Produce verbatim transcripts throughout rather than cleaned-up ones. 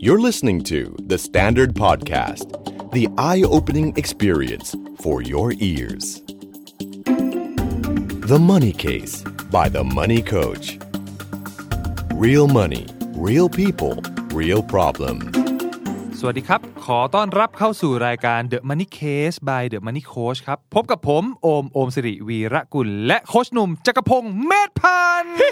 You're listening to The Standard Podcast, the eye-opening experience for your ears. The Money Case by The Money Coach. Real money, real people, real problem. สวัสดีครับขอต้อนรับเข้าสู่รายการ The Money Case by The Money Coach ครับพบกับผมโอมโอมสิริวีระกุลและโค้ชหนุ่มจักรพงษ์เมธพันธ์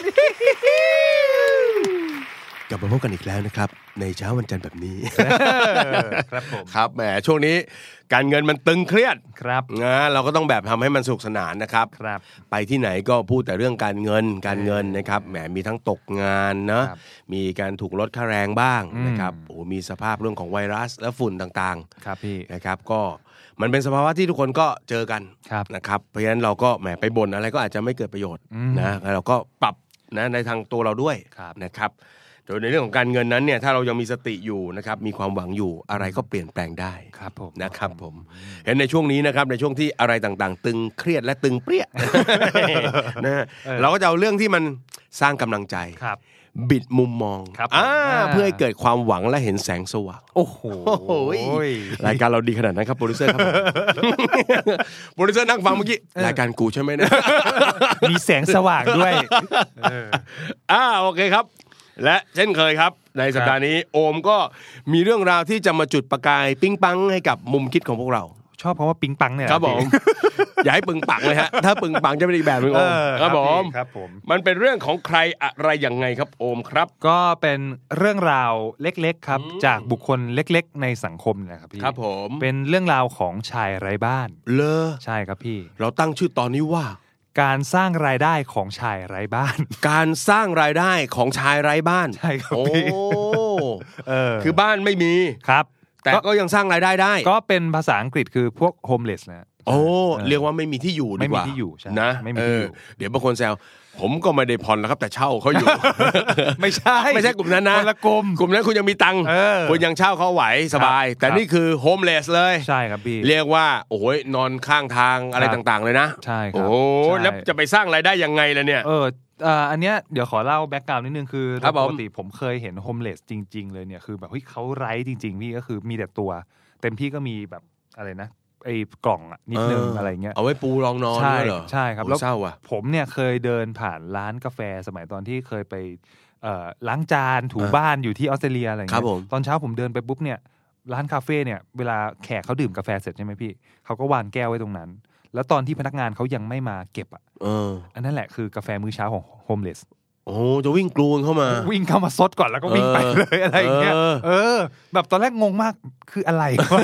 กลับมาพบกันอีกแล้วนะครับในเช้าวันจันทร์แบบนี้ครับผมครับแหมช่วงนี้การเงินมันตึงเครียดครับนะเราก็ต้องแบบทำให้มันสนุกสนานนะครับครับไปที่ไหนก็พูดแต่เรื่องการเงินการเงินนะครับแหมมีทั้งตกงานนะมีการถูกลดค่าแรงบ้างนะครับโอ้มีสภาพเรื่องของไวรัสและฝุ่นต่างๆครับพี่นะครับก็มันเป็นสภาวะที่ทุกคนก็เจอกันนะครับเพราะฉะนั้นเราก็แหมไปบ่นอะไรก็อาจจะไม่เกิดประโยชน์นะแล้วเราก็ปรับนะในทางตัวเราด้วยนะครับโดยในเรื่องของการเงินนั้นเนี่ยถ้าเรายังมีสติอยู่นะครับมีความหวังอยู่อะไรก็เปลี่ยนแปลงได้ครับผมนะครับผมเห็นในช่วงนี้นะครับในช่วงที่อะไรต่างๆตึงเครียดและตึงเปรี้ย นะเราก็จะเอาเรื่องที่มันสร้างกำลังใจบิดมุมมองเพื่อให้เกิดความหวังและเห็นแสงสว่างโอ้โหรายการเราดีขนาดนั้นครับโปรดิวเซอร์ครับโปรดิวเซอร์นั่งฟังเมื่อกี้รายการกูใช่ไหมเนี่ยมีแสงสว่างด้วยอ่าโอเคครับและเช่นเคยครับในสัปดาห์นี้โอมก็มีเรื่องราวที่จะมาจุดประกายปิ๊งปังให้กับมุมคิดของพวกเราชอบเพราะว่าปิ๊งปังเนี่ยครับผม อย่าให้ปึงปังเลยฮะถ้าปึงปังจะเป็นอีกแบบนึงโอมครับผมครับผมมันเป็นเรื่องของใครอะไรยังไงครับโอมครับก็เป็นเรื่องราวเล็กๆครับจากบุคคลเล็กๆในสังคมนะครับพี่ครับผมเป็นเรื่องราวของชายไร้บ้านเลอใช่ครับพี่เราตั้งชื่อตอนนี้ว่าการสร้างรายได้ของชายไร้บ้านการสร้างรายได้ของชายไร้บ้านใช่ครับพี่โอ้เออคือบ้านไม่มีครับแต่ก็ยังสร้างรายได้ได้ก็เป็นภาษาอังกฤษคือพวกโฮมเลสนะโอ้เรียกว่าไม่มีที่อยู่ดีกว่าไม่มีที่อยู่ใช่นะไม่มีที่อยู่เดี๋ยวบางคนแซวผมก็ไม่ได้ผ่อนแล้วครับแต่เช่าเขาอยู่ไม่ใช่ไม่ใช่กลุ่มนั้นนะคนละกลุ่มกลุ่มนั้นคุณยังมีตังค์คุณยังเช่าเขาไหวสบายแต่นี่คือโฮมเลสเลยใช่ครับพี่เรียกว่าโอ้ยนอนข้างทางอะไรต่างๆเลยนะใช่ครับโอ้แล้วจะไปสร้างรายได้ยังไงล่ะเนี่ยเอออันเนี้ยเดี๋ยวขอเล่าแบ็คกราวด์นิดนึงคือปกติผมเคยเห็นโฮมเลสจริงๆเลยเนี่ยคือแบบเฮ้ยเขาไร้จริงๆพี่ก็คือมีแต่ตัวเต็มที่ก็มีแบบอะไรนะไอ้กล่องอ่ะนิดนึงอะไรเงี้ยเอาไว้ปูรองนอนด้วยเหรอใช่ครับแล้วเศร้าอ่ะผมเนี่ยเคยเดินผ่านร้านกาแฟสมัยตอนที่เคยไปล้างจานถูบ้านอยู่ที่ออสเตรเลียอะไรเงี้ยตอนเช้าผมเดินไปปุ๊บเนี่ยร้านคาเฟ่เนี่ยเวลาแขกเขาดื่มกาแฟเสร็จใช่ไหมพี่เขาก็วางแก้วไว้ตรงนั้นแล้วตอนที่พนักงานเขายังไม่มาเก็บอ่ะอันนั้นแหละคือกาแฟมื้อเช้าของโฮมเลสโอ้จะวิ่งกลูนเข้ามาวิ่งเข้ามาซดก่อนแล้วก็วิ่งไปเลยอะไรอย่างเงี้ยเออแบบตอนแรกงงมากคืออะไร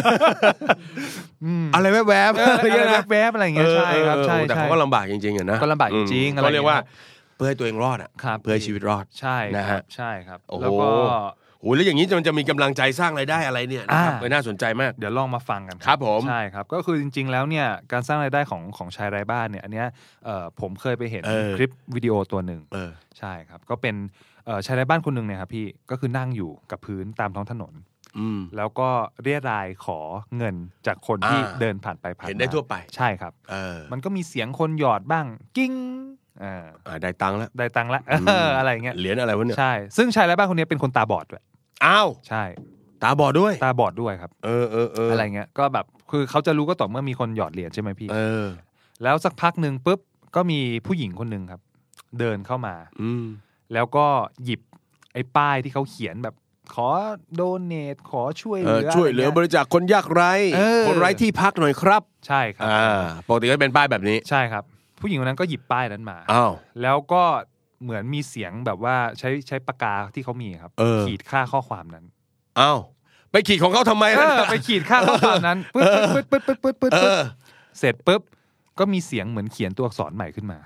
อะไรแวบๆอะไรแวบๆอะไรอย่างเงี้ยใช่ครับใช่แต่เขาก็ลำบากจริงๆอ่ะนะก็ลำบากจริงๆก็เรียกว่าเพื่อให้ตัวเองรอดอ่ะเพื่อให้ชีวิตรอดใช่นะฮะใช่ครับแล้วก็โอ้แล้วอย่างนี้มันจะมีกำลังใจสร้างรายได้อะไรเนี่ยนะครับน่าสนใจมากเดี๋ยวลองมาฟังกันครับผมใช่ครับก็คือจริงๆแล้วเนี่ยการสร้างรายได้ของของชายไร้บ้านเนี่ยอันเนี้ยผมเคยไปเห็นคลิปวิดีโอตัวหนึ่งใช่ครับก็เป็นชายไร้บ้านคนหนึ่งเนี่ยครับพี่ก็คือนั่งอยู่กับพื้นตามท้องถนนแล้วก็เรียรายขอเงินจากคนที่เดินผ่านไปผ่านมาเห็นได้ทั่วไปใช่ครับมันก็มีเสียงคนหยอดบ้างกิ้งอ่าได้ตังค์แล้วได้ตังค์แล้วอะไรเงี้ยเหรียญอะไรวะเนี่ยใช่ซึ่งชายไร้บ้านคนนี้เป็นคนตาบอดด้วยอ้าวใช่ตาบอดด้วยตาบอดด้วยครับเออเออเอออะไรเงี้ยก็แบบคือเขาจะรู้ก็ต่อเมื่อมีคนหยอดเหรียญใช่ไหมพี่เออแล้วสักพักหนึ่งปุ๊บก็มีผู้หญิงคนหนึ่งครับเดินเข้ามาอืมแล้วก็หยิบไอ้ป้ายที่เขาเขียนแบบขอโดเนทขอช่วยเหลือช่วยเหลือบริจาคคนยากไร้คนไร้ที่พักหน่อยครับใช่ครับอ่าปกติก็เป็นป้ายแบบนี้ใช่ครับผู้หญิงคนนั้นก็หยิบป้ายนั้นมาอ้าวแล้วก็เหมือนมีเสียงแบบว่าใช้ใช้ปากกาที่เขามีครับขีดค่าข้อความนั้นอ้าวไปขีดของเขาทำไมล่ะไปขีดค่าข้อความนั้นปึ๊ดปึ๊ดปึ๊ดปึ๊ดปึ๊ดปึ๊ดปึ๊ดเสร็จปึ๊บก็มีเสียงเหมือนเขียนตัวอักษรใหม่ขึ้นมา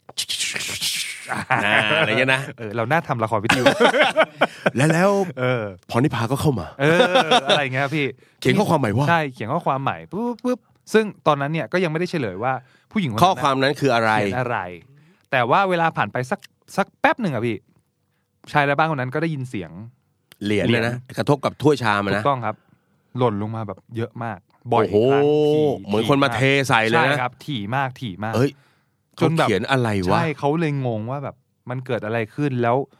อะไรเงี้ยนะเออเราน่าทำละครวิทยุแล้วแล้วพรนิพาก็เข้ามาเอออะไรเงี้ยพี่เขียนข้อความใหม่ว่าใช่เขียนข้อความใหม่ปึ๊บปึ๊บซึ่งตอนนั้นเนี่ยก็ยังไม่ได้เฉลยว่าผู้หญิงคนนั้นข้อความนั้นคืออะไรเขียนอะไรแต่ว่าเวลาผ่านไปสักสักแป๊บหนึ่งอะพี่ชายไร้บ้านคนนั้นก็ได้ยินเสียงเหรียญเลยนะกระทบกับถ้วยชามนะถูกต้องครับหล่นลงมาแบบเยอะมากบ่อยครั้งเหมือนคนมาเทใส่เลยนะใช่ครับถี่มากถี่มากเอ้ยจนแบบเขียนอะไรวะใช่เขาเลยงงว่าแบบมันเกิดอะไรขึ้นแล้ว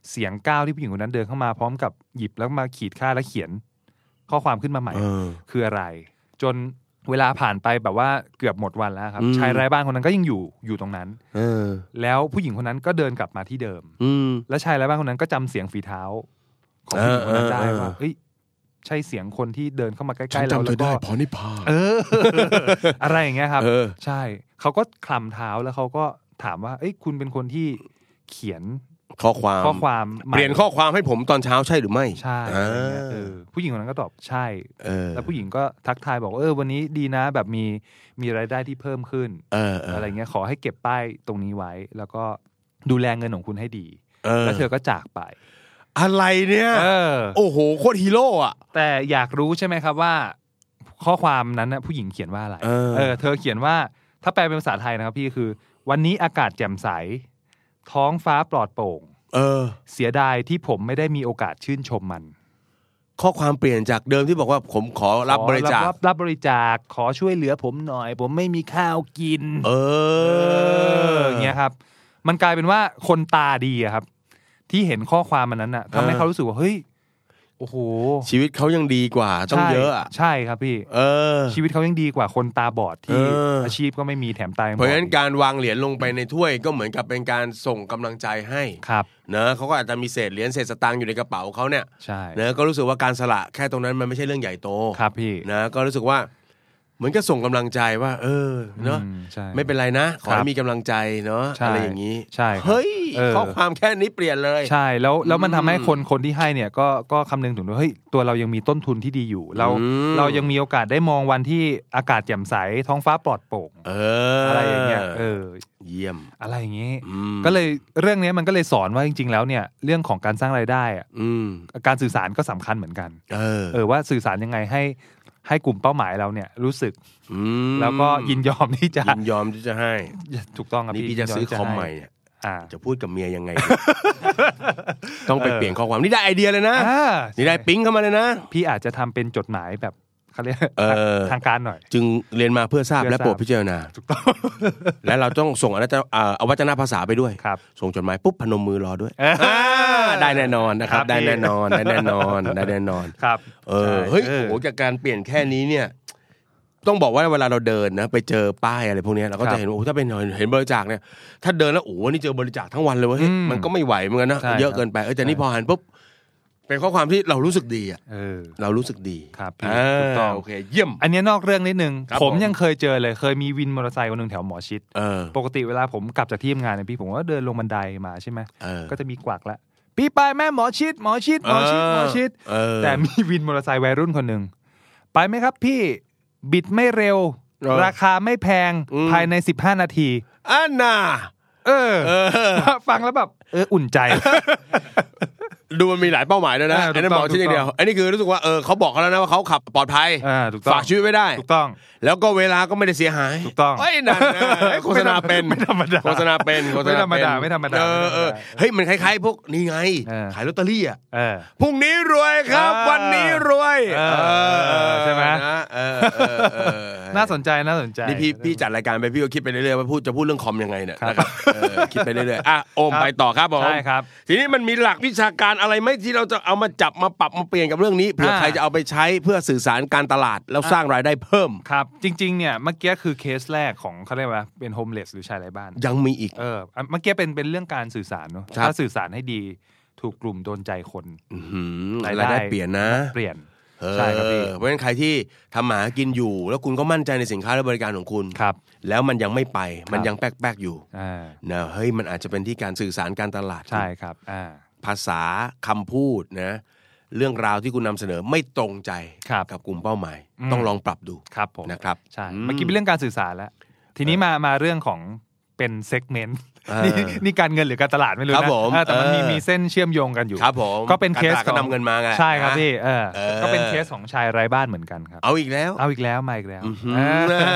เสียงก้าวที่ผู้หญิงคนนั้นเดินเข้ามาพร้อมกับหยิบแล้วมาขีดค่าแล้วเขียนข้อความขึ้นมาใหม่คืออะไรจนเวลาผ่านไปแบบว่าเกือบหมดวันแล้วครับชายไร้บ้านคนนั้นก็ยังอยู่อยู่ตรงนั้นแล้วผู้หญิงคนนั้นก็เดินกลับมาที่เดิมแล้วชายไร้บ้านคนนั้นก็จำเสียงฝีเท้าของผู้หญิงคนนั้นได้ว่าเฮ้ยใช่เสียงคนที่เดินเข้ามาใกล้ๆเราแล้วก็พอนิพาเอออะไรอย่างเงี้ยครับใช่เขาก็คลำเท้าแล้วเขาก็ถามว่าเอ้ยคุณเป็นคนที่เขียนข้อความข้อความเปลี่ยนข้อความให้ผมตอนเช้าใช่หรือไม่ใช่เออผู้หญิงคนนั้นก็ตอบใช่แล้วผู้หญิงก็ทักทายบอกเออวันนี้ดีนะแบบมีมีรายได้ที่เพิ่มขึ้นเอออะไรเงี้ยขอให้เก็บป้ายตรงนี้ไว้แล้วก็ดูแลเงินของคุณให้ดีแล้วเธอก็จากไปอะไรเนี่ยโอ้โหโคตรฮีโร่อะแต่อยากรู้ใช่ไหมครับว่าข้อความนั้นนะผู้หญิงเขียนว่าอะไรเออเธอเขียนว่าถ้าแปลเป็นภาษาไทยนะครับพี่คือวันนี้อากาศแจ่มใสท้องฟ้าปลอดโปร่งเออเสียดายที่ผมไม่ได้มีโอกาสชื่นชมมันข้อความเปลี่ยนจากเดิมที่บอกว่าผมขอรับบริจาครับรับบริจาคขอช่วยเหลือผมหน่อยผมไม่มีข้าวกินเอออย่างเงี้ยครับมันกลายเป็นว่าคนตาดีอะครับที่เห็นข้อความมันนั้นน่ะทำให้เขารู้สึกว่าเฮ้ยโอ้โหชีวิตเขายังดีกว่าต้องเยอะใช่ครับพี่เออชีวิตเขายังดีกว่าคนตาบอดที่อาชีพก็ไม่มีแถมตาเพราะฉะนั้นการวางเหรียญลงไปในถ้วยก็เหมือนกับเป็นการส่งกำลังใจให้ครับเนอะเขาก็อาจจะมีเศษเหรียญเศษสตางค์อยู่ในกระเป๋าเขาเนี่ยใช่เนอะก็รู้สึกว่าการสละแค่ตรงนั้นมันไม่ใช่เรื่องใหญ่โตครับพี่นะก็รู้สึกว่าเหมือนก็ส่งกำลังใจว่าเออเนาะไม่เป็นไรนะขอให้มีกำลังใจเนาะอะไรอย่างนี้ใช่เฮ้ยข้อความแค่นี้เปลี่ยนเลยใช่แล้วแล้วมันทำให้คนคนที่ให้เนี่ยก็ก็คำนึงถึงว่าเฮ้ยตัวเรายังมีต้นทุนที่ดีอยู่เราเรายังมีโอกาสได้มองวันที่อากาศแจ่มใสท้องฟ้าปลอดโปร่งเอออะไรอย่างเงี้ยเออเยี่ยมอะไรอย่างงี้ก็เลยเรื่องนี้มันก็เลยสอนว่าจริงๆแล้วเนี่ยเรื่องของการสร้างรายได้อ่ะการสื่อสารก็สำคัญเหมือนกันเออเออว่าสื่อสารยังไงให้ให้กลุ่มเป้าหมายเราเนี่ยรู้สึกแล้วก็ยินยอมที่จะยินยอมที่จะให้ถูกต้องครับนี่พี่จะซื้อคอมใหม่เนี่ยจะพูดกับเมียยังไงต้องไปเปลี่ยนข้อความนี่ได้ไอเดียเลยนะนี่ได้ปิ๊งเข้ามาเลยนะพี่อาจจะทำเป็นจดหมายแบบเขาเรียกทางการหน่อยจึงเรียนมาเพื่อทราบและโปรดพิจารณาถูกต้องและเราต้องส่งอะไรจะเอาวัจนภาษาไปด้วยส่งจดหมายปุ๊บพนมมือรอด้วยได้แน่นอนนะครับได้แน่นอนได้แน่นอนได้แน่นอนครับเออเฮ้ยโอ้โหจากการเปลี่ยนแค่นี้เนี่ยต้องบอกว่าเวลาเราเดินนะไปเจอป้ายอะไรพวกนี้เราก็จะเห็นว่าโอ้ถ้าเป็นเห็นบริจาคเนี่ยถ้าเดินแล้วโอ้นี่เจอบริจาคทั้งวันเลยเว้ยมันก็ไม่ไหวเหมือนกันนะเยอะเกินไปเออแต่นี่พอหันปุ๊บเป็นข้อความที่เรารู้สึกดีอ่ะเรารู้สึกดีครับถูกต้องโอเคเยี่ยมอันนี้นอกเรื่องนิดนึงผมยังเคยเจอเลยเคยมีวินมอเตอร์ไซค์คนนึงแถวหมอชิดปกติเวลาผมกลับจากที่ทำงานเนี่ยพี่ผมก็เดินลงบันไดมาใช่ไหมก็จะมีกวักละพี่ไปแม่หมอชิดหมอชิดหมอชิดหมอชิดแต่มีวินมอเตอร์ไซค์วัยรุ่นคนนึงไปไหมครับพี่บิดไม่เร็วราคาไม่แพงภายในสิบห้านาทีอันน่ะเออฟังแล้วแบบเอออุ่นใจดูมันมีหลายเป้าหมายด้วยนะไอ้นั่นบอกที่อย่างเดียวอันนี้คือรู้สึกว่าเออเขาบอกเขาแล้วนะว่าเขาขับปลอดภัยฝากชีวิตไว้ได้ถูกต้องแล้วก็เวลาก็ไม่ได้เสียหายถูกต้องเฮ้ยนั่นโฆษณาเป็นไม่ธรรมดาโฆษณาเป็นโฆษณาไม่ธรรมดาไม่ธรรมดาเออเฮ้ยมันคล้ายๆพวกนี่ไงขายลอตเตอรี่อ่ะพรุ่งนี้รวยครับวันนี้รวยใช่ไหมน่าสนใจน่าสนใจนี่พี่พี่จัดรายการไปพี่ก็คิดไปเรื่อยๆว่าพูดจะพูดเรื่องคอมยังไงเนี่ยนะครับคิดไปเรื่อยๆอ่ะโอมไปต่อครับผมใช่ครับทีนี้มันมีหลักวิชาการอะไรไหมที่เราจะเอามาจับมาปรับมาเปลี่ยนกับเรื่องนี้เผื่อใครจะเอาไปใช้เพื่อสื่อสารการตลาดแล้วสร้างรายได้เพิ่มครับจริงๆเนี่ยเมื่อกี้คือเคสแรกของเขาเรียกว่าเป็นโฮมเลสหรือชายไร้บ้านยังมีอีกเออเมื่อกี้เป็นเป็นเรื่องการสื่อสารเนาะถ้าสื่อสารให้ดีถูกกลุ่มโดนใจคนรายได้เปลี่ยนนะเปลี่ยนใช่ครับพี่เพราะฉะนั้นใครที่ทำหากินอยู่แล้วคุณก็มั่นใจในสินค้าและบริการของคุณครับแล้วมันยังไม่ไปมันยังแป๊กๆอยู่นะเฮ้ยมันอาจจะเป็นที่การสื่อสารการตลาดใช่ครับภาษาคำพูดนะเรื่องราวที่คุณนำเสนอไม่ตรงใจกับกลุ่มเป้าหมายต้องลองปรับดูครับผมนะครับใช่เมื่อกี้เป็นเรื่องการสื่อสารแล้วทีนี้มามาเรื่องของเป็นเซกเมนต์นี่นี่การเงินหรือการตลาดไม่รู้นะแต่มันมีมีเส้นเชื่อมโยงกันอยู่ครับผมก็เป็นเคสของนำเงินมาไงใช่ครับพี่เออก็เป็นเคสของชายไร้บ้านเหมือนกันครับเอาอีกแล้วเอาอีกแล้วมาอีกแล้ว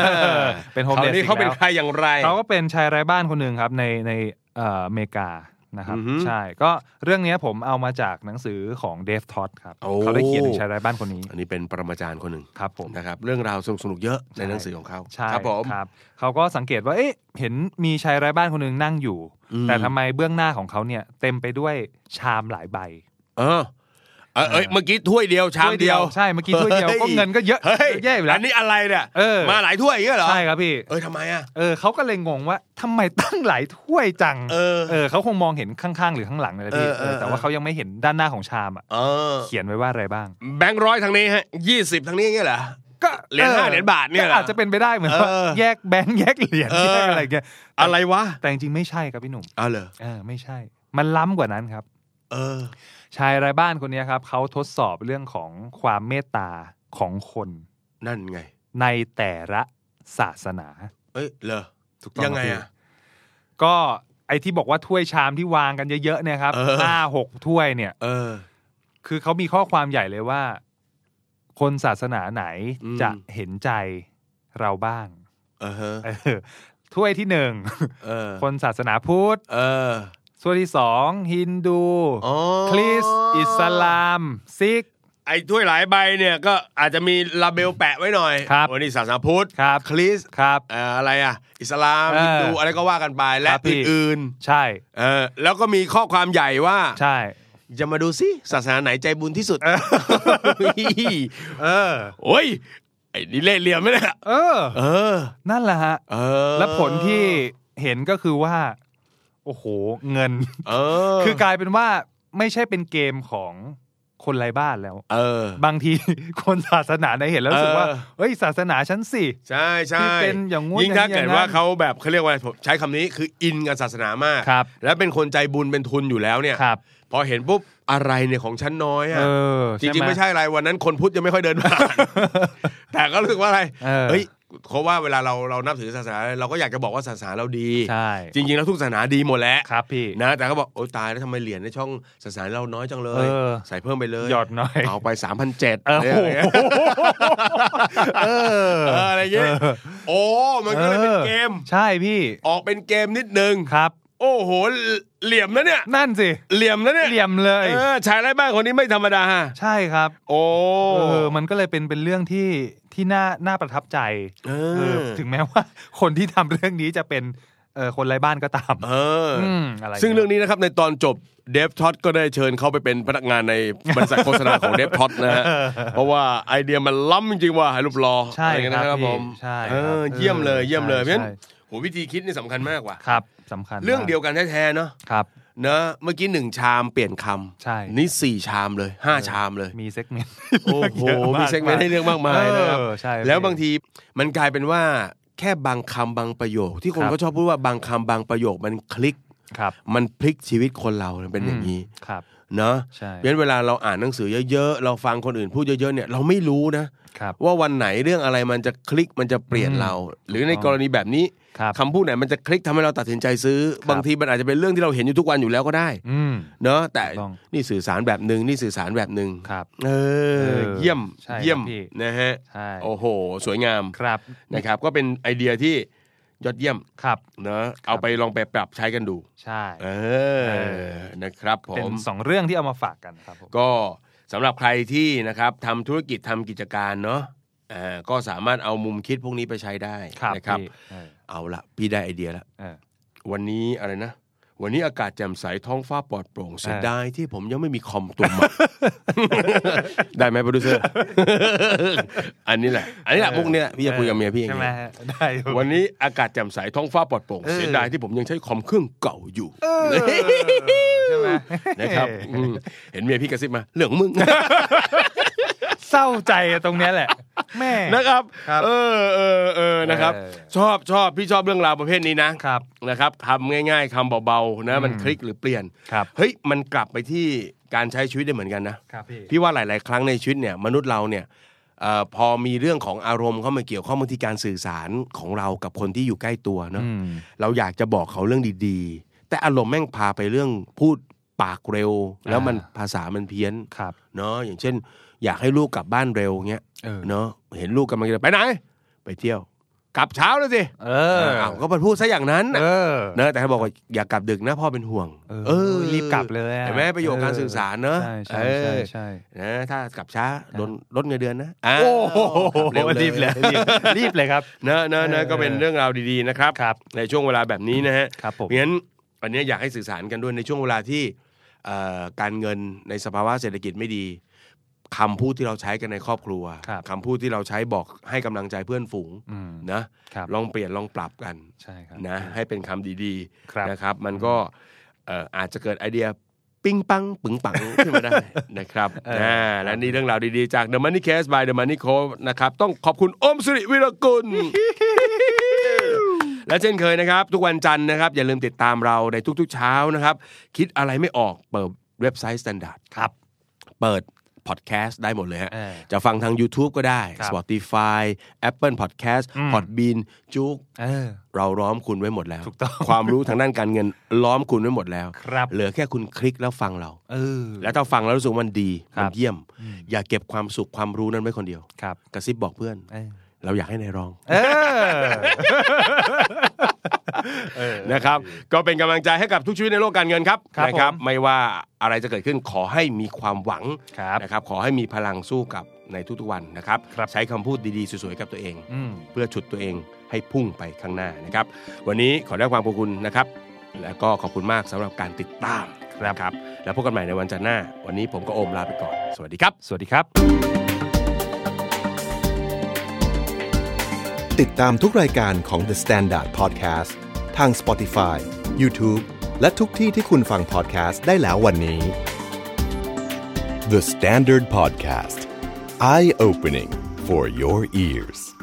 เป็นโฮมเลสเขาเป็นใครอย่างไรเขาก็เป็นชายไร้บ้านคนหนึ่งครับในในอเมริกานะครับใช่ก็เรื่องนี้ผมเอามาจากหนังสือของเดฟท็อดครับเขาได้เขียนถึงชายไร้บ้านคนนี้อันนี้เป็นปรมาจารย์คนหนึ่งครับผมนะครับเรื่องราวสนุกๆเยอะในหนังสือของเขาครับผมครับเขาก็สังเกตว่าเอ๊ะเห็นมีชายไร้บ้านคนนึงนั่งอยู่แต่ทำไมเบื้องหน้าของเขาเนี่ยเต็มไปด้วยชามหลายใบเออเอ้ยเมื่อกี้ถ้วยเดียวชามเดียวใช่เมื่อกี้ถ้วยเดียวก็เงินก็เยอะแย่อยู่แล้วอันนี้อะไรเนี่ยมาหลายถ้วยอย่างเงี้ยเหรอใช่ครับพี่เออทำไมอ่ะเออเขาก็เลยงงว่าทำไมตั้งหลายถ้วยจังเออเออเขาคงมองเห็นข้างๆหรือข้างหลังเลยพี่แต่ว่าเขายังไม่เห็นด้านหน้าของชามอ่ะเขียนไว้ว่าอะไรบ้างแบงค์ร้อยทางนี้ฮะยี่สิบทางนี้อย่างเงี้ยเหรอก็เหรียญห้าเหรียญบาทเนี่ยอาจจะเป็นไปได้เหมือนว่าแยกแบงค์แยกเหรียญแยกอะไรเงี้ยอะไรวะแต่จริงๆไม่ใช่ครับพี่หนุ่มอ๋อเหรอเออไม่ใช่มันล้ำกว่านั้นครับเออชายไร้บ้านคนนี้ครับเขาทดสอบเรื่องของความเมตตาของคนนั่นไงในแต่ละศาสนาเอ้ยเหรอยังไงอ่ะก็ไอ้ที่บอกว่าถ้วยชามที่วางกันเยอะๆเนี่ยครับห้าหกถ้วยเนี่ยเออคือเขามีข้อความใหญ่เลยว่าคนศาสนาไหนจะเห็นใจเราบ้างเออถ้วยที่หนึ่งคนศาสนาพุทธส่วนที่สองฮินดูคริสต์อิสลามซิกไอ้ถ้วยหลายใบเนี่ยก็อาจจะมีลาเบลแปะไว้หน่อยวันนี้ศาสนาพุทธคริสต์อะไรอ่ะอิสลามฮินดูอะไรก็ว่ากันไปและอื่นๆใช่เออแล้วก็มีข้อความใหญ่ว่าใช่จะมาดูซิศาสนาไหนใจบุญที่สุดเออโอ้ยไอ้นี่เล่ห์เหลี่ยมไหมเนี่ยเออเออนั่นแหละฮะเออแล้วผลที่เห็นก็คือว่าโอ้โหเงินเออคือกลายเป็นว่าไม่ใช่เป็นเกมของคนไร้บ้านแล้วเออบางทีคนศาสนาไหนเห็นแล้วรู้สึกว่าเฮ้ยศาสนาฉันสิใช่ใช่ที่เป็นอย่างงู้นยิ่งถ้าเกิดว่าเขาแบบเขาเรียกว่าใช้คำนี้คืออินกับศาสนามากแล้วเป็นคนใจบุญเป็นทุนอยู่แล้วเนี่ยพอเห็นปุ๊บอะไรเนี่ยของฉันน้อยอ่ะจริงๆไม่ใช่อะไรวันนั้นคนพุทธยังไม่ค่อยเดินผ่านแต่ก็รู้สึกว่าอะไรเฮ้ยเพราะว่าเวลาเราเรานับถือศาสนาเราก็อยากจะบอกว่าศาสนาเราดีใช่จริงๆแล้วทุกศาสนาดีหมดแหละครับพี่นะแต่เขาบอกโอ๊ยตายแล้วทำไมเหรียญในช่องศาสนาเราน้อยจังเลยใส่เพิ่มไปเลยหยอดหน่อยเอาไป สามพันเจ็ดร้อยเอออะไรเงี้ยโอ้มันก็เลยเป็นเกมใช่พี่ออกเป็นเกมนิดนึงครับโอ้โหเหลี่ยมนะเนี่ยนั่นสิเหลี่ยมนะเนี่ยเหลี่ยมเลยเออชายไร้บ้านคนนี้ไม่ธรรมดาใช่ครับโอ้เออมันก็เลยเป็นเป็นเรื่องที่ที่น่าน่าประทับใจเออถึงแม้ว่าคนที่ทำเรื่องนี้จะเป็นเออคนไร้บ้านก็ตามเออซึ่งเรื่องนี้นะครับในตอนจบเดฟท็อดก็ได้เชิญเขาไปเป็นพนักงานในบริษัทโฆษณาของเดฟท็อดนะฮะเพราะว่าไอเดียมันล้ำจริงๆว่าให้รูปรอใช่ครับผมใช่เออเยี่ยมเลยเยี่ยมเลยเพราะฉะนั้นโหวิธีคิดนี่สำคัญมากว่ะครับสำคัญเรื่องเดียวกันแท้ๆเนาะครับเนอะเมื่อกี้หนึ่งชามเปลี่ยนคำใช่นี่สี่ชามเลยห้าชามเลยมีเซกเมนต์โอ้โหมีเซกเมนต์ให้เรื่องมากมายนะครับแล้วบางทีมันกลายเป็นว่าแค่บางคำบางประโยคที่คนก็ชอบพูดว่าบางคำบางประโยคมันคลิกมันพลิกชีวิตคนเราเป็นอย่างนี้เนาะเพราะฉะนั้นเวลาเราอ่านหนังสือเยอะๆเราฟังคนอื่นพูดเยอะๆเนี่ยเราไม่รู้นะว่าวันไหนเรื่องอะไรมันจะคลิกมันจะเปลี่ยนเราหรือในกรณีแบบนี้คำพูดไหนมันจะคลิกทำให้เราตัดสินใจซื้อบางทีมันอาจจะเป็นเรื่องที่เราเห็นอยู่ทุกวันอยู่แล้วก็ได้เนาะแต่นี่สื่อสารแบบนึงนี่สื่อสารแบบนึงเออเยี่ยมเยี่ยมนะฮะโอ้โหสวยงามนะครับก็เป็นไอเดียที่ยอดเยี่ยมครับเนาะเอาไปลองไปปรับใช้กันดูใช่เออนะครับผมเป็นสองเรื่องที่เอามาฝากกันครับก็สำหรับใครที่นะครับทำธุรกิจทำกิจการเนาะอ่าก็สามารถเอามุมคิดพวกนี้ไปใช้ได้นะครับเอาละพี่ได้ไอเดียแล้ววันนี้อะไรนะวันนี้อากาศแจ่มใสท้องฟ้าปลอดโปร่งเสียดายที่ผมยังไม่มีคอมตัวใหม่ได้ไหมโปรดิวเซอร์อันนี้แหละอันนี้แหละพวกเนี้ยพี่จะคุยกับเมียพี่เองใช่ไหมได้วันนี้อากาศแจ่มใสท้องฟ้าปลอดโปร่งเสียดายที่ผมยังใช้คอมเครื่องเก่าอยู่ใช่ไหมนะครับเห็นเมียพี่กระซิบมาเรื่องมึงเศร้าใจตรงนี้แหละแม่นะครับเออเออเออนะครับชอบชอบพี่ชอบเรื่องราวประเภทนี้นะครับนะครับทำง่ายๆคำเบาๆนะมันคลิกหรือเปลี่ยนเฮ้ยมันกลับไปที่การใช้ชีวิตได้เหมือนกันนะพี่ว่าหลายๆครั้งในชีวิตเนี่ยมนุษย์เราเนี่ยพอมีเรื่องของอารมณ์เข้ามาเกี่ยวข้องบางทีการสื่อสารของเรากับคนที่อยู่ใกล้ตัวเนาะเราอยากจะบอกเขาเรื่องดีๆแต่อารมณ์แม่งพาไปเรื่องพูดปากเร็วแล้วมันภาษามันเพี้ยนเนาะอย่างเช่นอยากให้ลูกกลับบ้านเร็วเงี้ยเนาะเห็นลูกกำลังจะไปไหนไปเที่ยวกลับเช้าแล้วสิเออก็มันพูดซะอย่างนั้นเออเนอะแต่เขาบอกว่าอย่ากลับดึกนะพ่อเป็นห่วงเออรีบกลับเลยเห็นไหมประโยคการสื่อสารเนอะใช่ใช่ใช่นะถ้ากลับช้าโดนลดเงินเดือนนะโอ้โหรีบเลยรีบเลยครับเนอะเนอะเนอะก็เป็นเรื่องราวดีๆนะครับในช่วงเวลาแบบนี้นะฮะเพราะฉะนั้นอันนี้อยากให้สื่อสารกันด้วยในช่วงเวลาที่การเงินในสภาวะเศรษฐกิจไม่ดีคำพูดที่เราใช้กันในครอบครัวคำพูดที่เราใช้บอกให้กำลังใจเพื่อนฝูงนะลองเปลี่ยนลองปรับกันนะให้เป็นคำดีๆนะครับมันก็อาจจะเกิดไอเดียปิ้งปังปึ๋งปังขึ้นมาได้นะครับนะและนี่เรื่องราวดีๆจาก The Money Case by The Money Coach นะครับต้องขอบคุณอมสิริวิรกุลและเช่นเคยนะครับทุกวันจันทร์นะครับอย่าลืมติดตามเราในทุกๆเช้านะครับคิดอะไรไม่ออกเปิดเว็บไซต์ Standard ครับเปิดพอดแคสต์ได้หมดเลยฮะจะฟังทาง YouTube ก็ได้ Spotify Apple Podcast Podbean จุ๊กเราล้อมคุณไว้หมดแล้วความรู้ทางด้านการเงินล้อมคุณไว้หมดแล้วเหลือแค่คุณคลิกแล้วฟังเราแล้วถ้าฟังแล้วรู้สึกมันดีมันเยี่ยมอย่าเก็บความสุขความรู้นั้นไว้คนเดียวกระซิบบอกเพื่อนเราอยากให้นายร้องนะครับก็เป็นกำลังใจให้กับทุกชีวิตในโลกการเงินครับนะครับไม่ว่าอะไรจะเกิดขึ้นขอให้มีความหวังนะครับขอให้มีพลังสู้กับในทุกๆวันนะครับใช้คำพูดดีๆสวยๆกับตัวเองเพื่อฉุดตัวเองให้พุ่งไปข้างหน้านะครับวันนี้ขอได้ความขอบคุณนะครับและก็ขอบคุณมากสำหรับการติดตามครับแล้วพบกันใหม่ในวันจันทร์หน้าวันนี้ผมก็โอมลาไปก่อนสวัสดีครับสวัสดีครับติดตามทุกรายการของ The Standard Podcast ทาง Spotify, YouTube และทุกที่ที่คุณฟัง podcast ได้แล้ววันนี้ The Standard Podcast Eye Opening for your ears